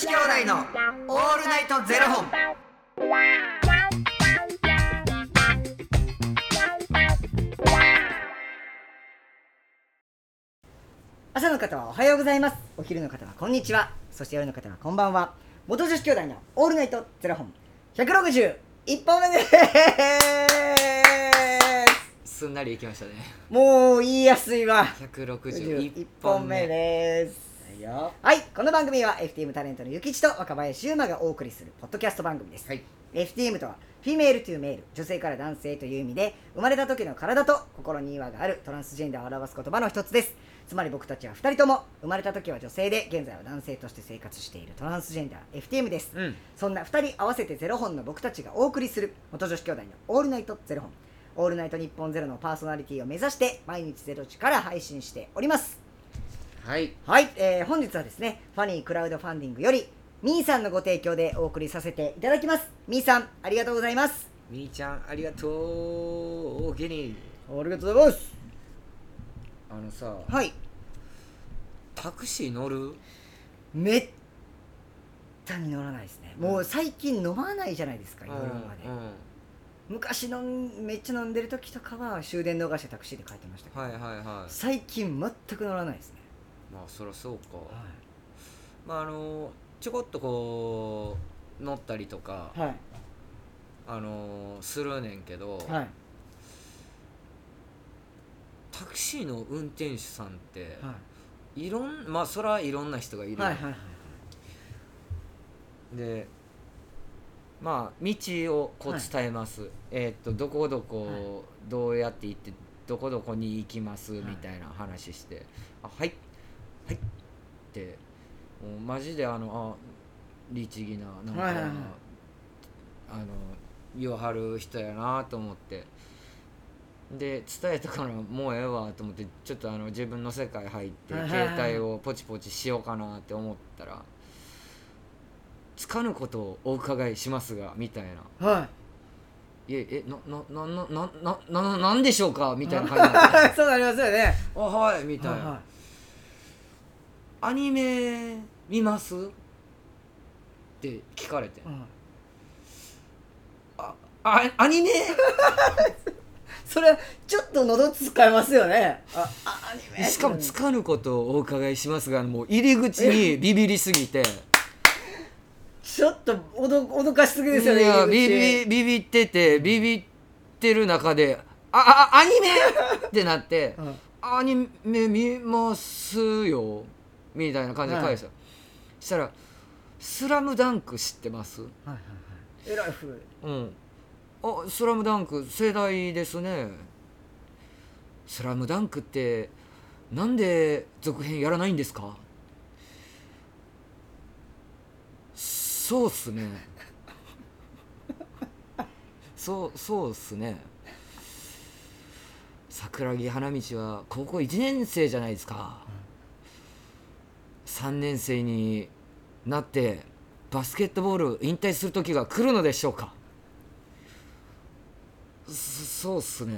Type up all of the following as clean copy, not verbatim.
子兄弟のオールナイトゼロ本。 朝の方はおはようございます。お昼の方はこんにちは。そして夜の方はこんばんは。元女子兄弟のオールナイトゼロ本161本目です。 すんなりいきましたね。 もう言いやすいわ。 161 本目です。はい、この番組は FTM タレントのゆきちと若林優馬がお送りするポッドキャスト番組です。 はい、 FTM とはフィメールというメール、女性から男性という意味で、生まれた時の体と心に違和があるトランスジェンダーを表す言葉の一つです。つまり僕たちは2人とも生まれた時は女性で現在は男性として生活しているトランスジェンダー FTM です。そんな2人合わせてゼロ本の僕たちがお送りする元女子兄弟のオールナイトゼロ本、オールナイト日本ゼロのパーソナリティを目指して毎日ゼロ時から配信しております。 はい、 はい、本日はですね、ファニークラウドファンディングよりみーさんのご提供でお送りさせていただきます。みーさん、ありがとうございます。 みーちゃんありがとう。おげにありがとうございます。 さ、 はい、 タクシー乗る？ めったに乗らないですね。もう最近飲まないじゃないですか、夜まで。昔のめっちゃ飲んでる時とかは終電逃してタクシーで帰ってましたけど、 はいはいはい。 最近全く乗らないですね。 まあそりゃそうか。 はまあちょこっとこう乗ったりとか、 いはいするねんけど、 はいタクシーの運転手さんって、 はいまあそらいろんな人がいる、 はいはいはい。 でまあ道をこう伝えます、どこどこどうやって行ってどこどこに行きますみたいな話して、はいはいってもうマジで律儀ななんか、 はいはいはい言わはる人やなと思って、で伝えたからもうええわと思ってちょっと自分の世界入ってはいはいはい携帯をポチポチしようかなって思ったら、つかぬことをお伺いしますがみたいな、 はいなんでしょうかみたいな感じになってそうなりますよね。 あはいみたいな、 はいはいアニメ見ますって聞かれて、アニメそれちょっと喉使いますよね。アニメしかもつかぬことをお伺いしますがもう入り口にビビりすぎてちょっと脅かしすぎですよね。 いや入り口ビビってる中でアニメってなってアニメ見ますよみたいな感じで返した、したらスラムダンク知ってます？ はいはいはい。えらい古い。 スラムダンク世代ですね。スラムダンクってなんで続編やらないんですか？そうっすねそうっすね。桜木花道は高校1年生じゃないですか、3年生になってバスケットボール引退する時が来るのでしょうか？そうっすね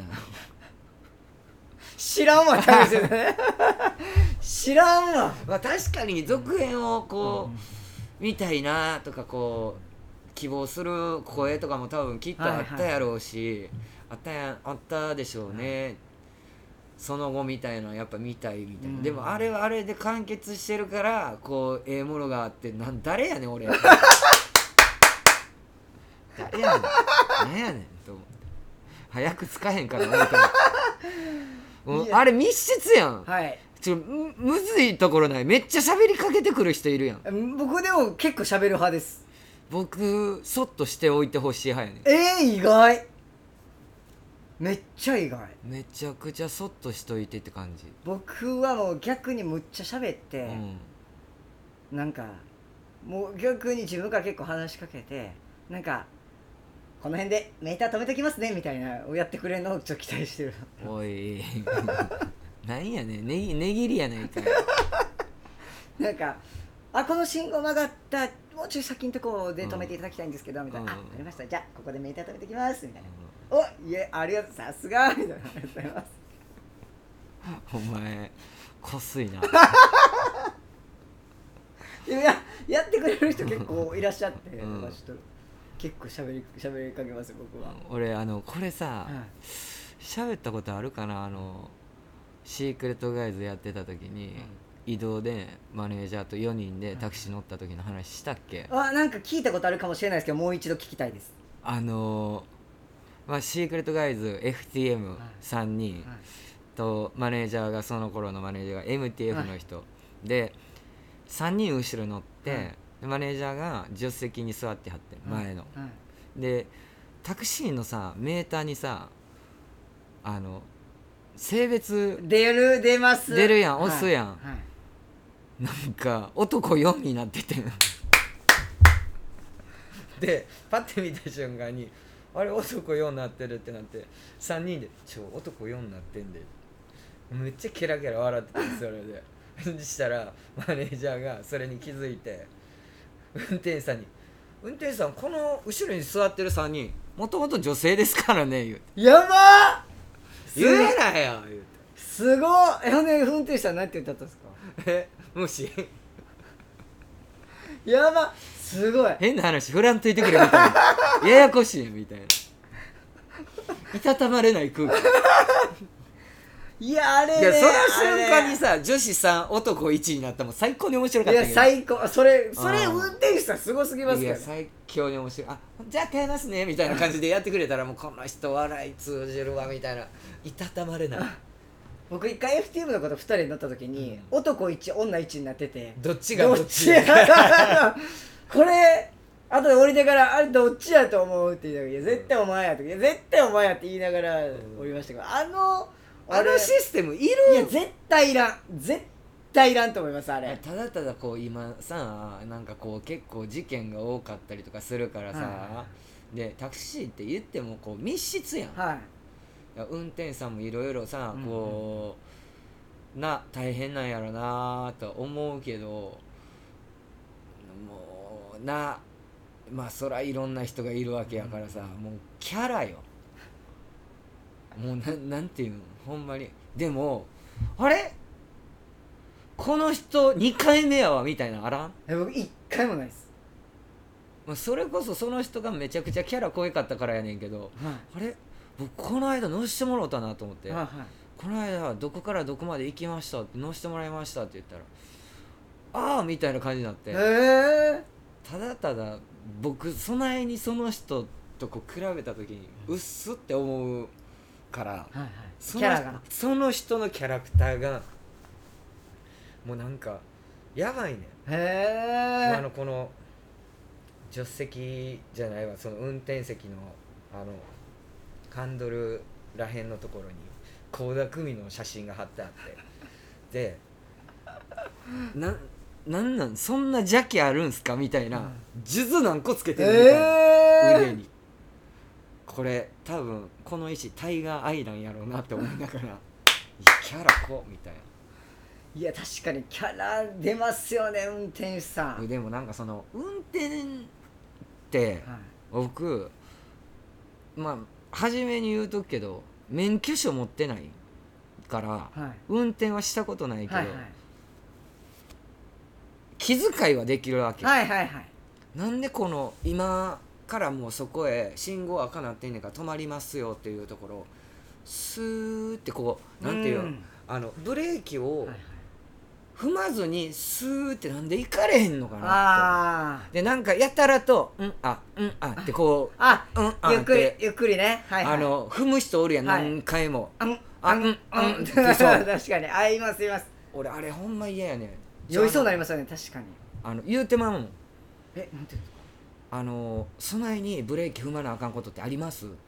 知らんわ多分ですよね知らんわ。 まあ確かに続編をこう、見たいなとかこう希望する声とかも多分きっとあったやろうし、あったでしょうね、その後みたいなやっぱ見たいみたいな、でもあれはあれで完結してるからこうものがあって誰やねん俺誰やねん何やねんと思って早く使えへんからもうあれ密室やん。 はいむずいところない。めっちゃ喋りかけてくる人いるやん。 僕でも結構喋る派です。 僕そっとしておいてほしい派やねん。 意外。めっちゃ意外。 めちゃくちゃそっとしといてって感じ。 僕はもう逆にむっちゃ喋って、なんかもう逆に自分から結構話しかけて、なんかこの辺でメーター止めときますねみたいなをやってくれるのをちょっと期待してるおいなんやねん、ねぎりやないかいなんかこの信号曲がったもうちょい先のとこで止めていただきたいんですけど、みたいな、わかりました、じゃあここでメーター止めてきますみたいな、いえありがとうさすがみたいな、ありがとうございますお前こすいなやってくれる人結構いらっしゃって、 うんちょっと結構喋りかけますよ僕は。 俺これさ喋ったことあるかな、シークレットガイズやってた時に、移動でマネージャーと4人でタクシー乗った時の話したっけ？ なんか聞いたことあるかもしれないですけど、もう一度聞きたいです。 シークレットガイズ FTM3 人とマネージャーが、その頃のマネージャーが MTF の人、で3人後ろ乗って、マネージャーが助手席に座ってはって前の、でタクシーのさメーターにさ性別出ます。 出るやん、押すやん、なんか男4になっててでパッて見た瞬間にあれ男4になってるってなって、3人で男4になってんで、めっちゃケラケラ笑ってたんですそれでそしたらマネージャーがそれに気づいて運転手さんに「運転手さん、この後ろに座ってる3人もともと女性ですからね」言うてやばー 「言えないよ」言うてすごい。ほんで運転手さんなんて言ったんですか？ 無視やばすごい。 変な話振らんといてくれみたいなややこしいみたいないたたまれない空気いやあれね、 いやその瞬間にさ女子3男1になったらもう最高に面白かったけど、 いや最高。それ運転手さんすごすぎますから、 いや最強に面白い。じゃあ買いますねみたいな感じでやってくれたらもうこの人笑い通じるわみたいな、いたたまれない僕一回 FTM のこと2人に乗った時に、男1女1になってて、 どっちがどっちこれ後で降りてからあれどっちやと思うって言いながら、いや絶対お前やと、いや絶対お前やって言いながら降りましたけど、 あのシステムいる？ いや絶対いらんと思います。あれただただこう今さ、なんかこう結構事件が多かったりとかするからさ、でタクシーって言ってもこう密室やん、いや運転手さんもいろいろさ、こう大変なんやろなと思うけど、もうまあそらいろんな人がいるわけやからさ、もうキャラよ、もうなんていうの、ほんまに。でもあれこの人2回目やわみたいなのあらん？ 僕1回もないです。 それこそその人がめちゃくちゃキャラ濃いかったからやねんけど、あれ僕この間乗せてもらったなと思って、この間どこからどこまで行きましたって乗せてもらいましたって言ったら、ああみたいな感じになって、ただただ僕そないにその人とこう比べた時にうっすって思うから、 キャラがその人のキャラクターがもうなんかやばいねん。この助手席じゃないわ、その運転席のハンドルらへんのところに倖田來未の写真が貼ってあってでなんそんな邪気あるんすかみたいな、数珠何個つけてるみたいな、腕に。これ多分この石タイガーアイランやろうなって思いながらキャラこうみたいな。 いや確かにキャラ出ますよね運転手さん。 でもなんかその運転って、僕初めに言うとくけど免許証持ってないから、運転はしたことないけど、気遣いはできるわけ。なんでこの今からもうそこへ信号赤なってんねんから止まりますよっていうところをスーってこうなんていうの、ブレーキを踏まずにスーってなんで行かれへんのかなって。でなんかやたらとってこうゆっくりね、 踏む人おるやん、何回も確かにいます俺あれほんま嫌やねん。 酔いそうになりますよね確かに。 言うてまうもん。 なんていうんですか？ そないにブレーキ踏まなあかんことってありますって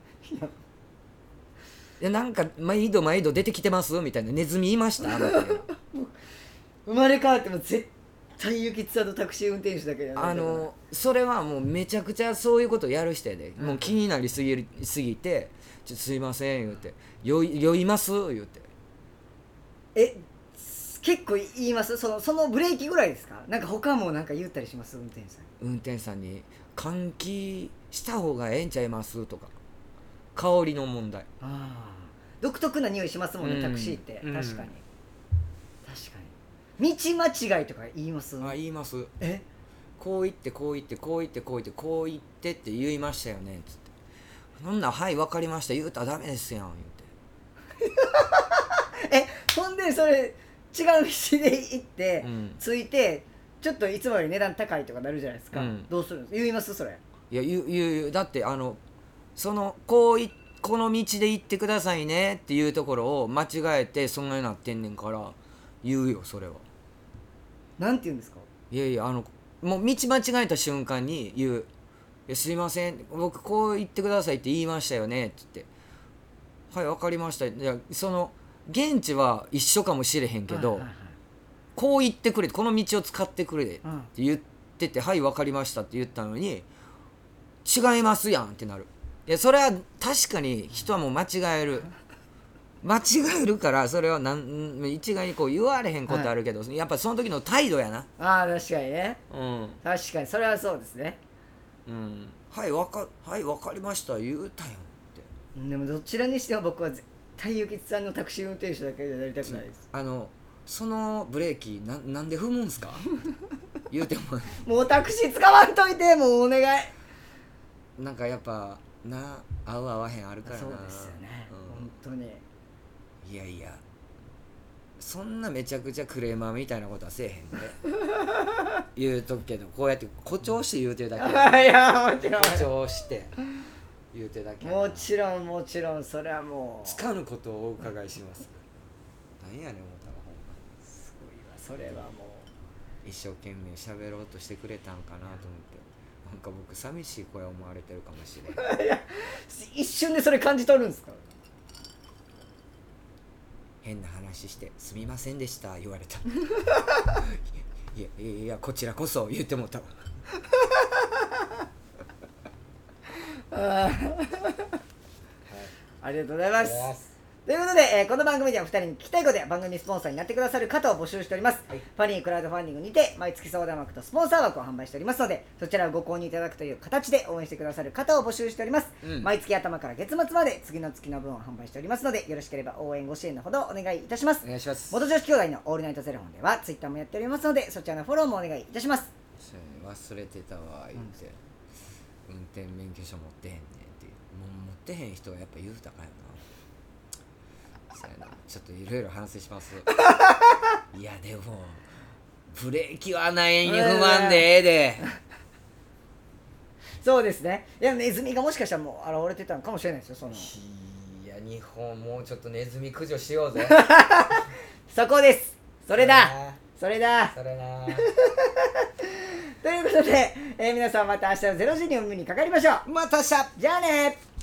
いやなんか毎度出てきてますみたいな、ネズミいました生まれ変わっても絶対ゆきつさんとタクシー運転手だけでそれはもうめちゃくちゃそういうことやる人やで、もう気になりすぎてちょっとすいません言うて酔います言うて。 結構言います？そのブレーキぐらいですか？なんか他もなんか言ったりします？運転手さんに換気した方がええんちゃいますとか、香りの問題。 独特な匂いしますもんね、タクシーって。確かに道間違いとか言います？ あ、言います。 え、 こう言ってこう言ってこう言ってこう言ってこう言ってって言いましたよねっつって、そんなはい分かりました言うたらダメですやん言うて。 ほんでそれ違う道で行って、着いてちょっといつもより値段高いとかなるじゃないですか、どうするんですか？言いますそれ？ いや言うだってそのこの道で行ってくださいねっていうところを間違えてそんなになってんねんから言うよそれは。 なんて言うんですか？ いやいやもう道間違えた瞬間に言う。いやすいません僕こう言ってくださいって言いましたよねって言って、はい分かりました。いやその現地は一緒かもしれへんけど、こう言ってくれこの道を使ってくれって言ってて、はい分かりましたって言ったのに違いますやんってなる。いやそれは確かに人はもう間違えるから、それは一概にこう言われへんことあるけど、やっぱその時の態度やな。 ああ確かにね、確かにそれはそうですね。 はい分かりました言うたよって。 でもどちらにしても僕は絶対ゆきつさんのタクシー運転手だけでなりたくないです。 そのブレーキなんで踏むんすか言うてももうタクシー使わんといて、もうお願い。 なんかやっぱ合う合わへんあるからな。 そうですよね、本当に。 いやいやそんなめちゃくちゃクレーマーみたいなことはせえへんで言うとくけど、こうやって誇張して言うてるだけいやもちろん誇張して言うてるだけ。 もちろんそれはもうつかぬことをお伺いしますなんやねん思ったらほんますごいわ。それはもう一生懸命喋ろうとしてくれたんかなと思って、なんか僕寂しい声思われてるかもしれない。 いや一瞬でそれ感じ取るんですか？ 変な話してすみませんでした言われたいやこちらこそ言ってもたありがとうございます。ということで、この番組では2人に聞きたいことや番組スポンサーになってくださる方を募集しております、ファニークラウドファンディングにて毎月相談枠とスポンサー枠を販売しておりますので、そちらをご購入いただくという形で応援してくださる方を募集しております、毎月頭から月末まで次の月の分を販売しておりますので、よろしければ応援ご支援のほどお願いいたします。 お願いします。 元女子兄弟のオールナイトゼロ本ではツイッターもやっておりますので、そちらのフォローもお願いいたします。 忘れてたわ言って、運転免許証持ってへんねんってもう持ってへん人がやっぱ言うたかよな。そうやな、ちょっといろいろ反省しますいやでもブレーキはないに踏まんでええでそうですね。いやネズミがもしかしたらもう現れてたのかもしれないですよ。 いや日本もうちょっとネズミ駆除しようぜそこです。それだそれなということで、皆さんまた明日の0時にお目にかかりましょう。 また明日。 じゃあね。